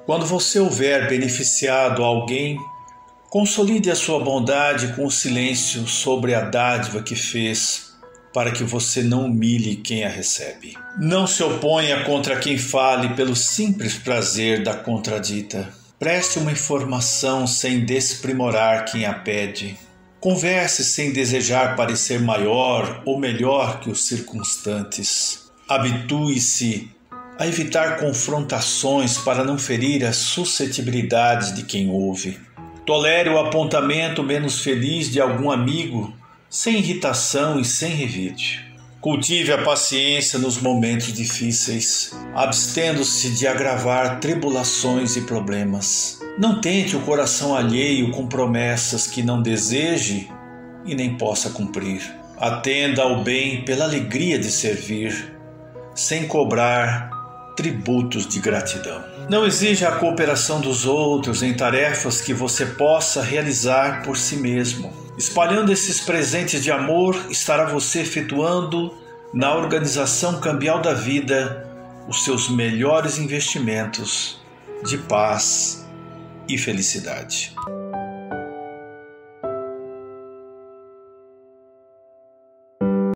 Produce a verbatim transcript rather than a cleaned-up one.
Quando você houver beneficiado alguém, consolide a sua bondade com o silêncio sobre a dádiva que fez, para que você não humilhe quem a recebe. Não se oponha contra quem fale pelo simples prazer da contradita. Preste uma informação sem desprimorar quem a pede. Converse sem desejar parecer maior ou melhor que os circunstantes. Habitue-se a evitar confrontações para não ferir as suscetibilidades de quem ouve. Tolere o apontamento menos feliz de algum amigo, sem irritação e sem revide. Cultive a paciência nos momentos difíceis, abstendo-se de agravar tribulações e problemas. Não tente o coração alheio com promessas que não deseje e nem possa cumprir. Atenda ao bem pela alegria de servir, sem cobrar tributos de gratidão. Não exija a cooperação dos outros em tarefas que você possa realizar por si mesmo. Espalhando esses presentes de amor, estará você efetuando na organização cambial da vida os seus melhores investimentos de paz e felicidade.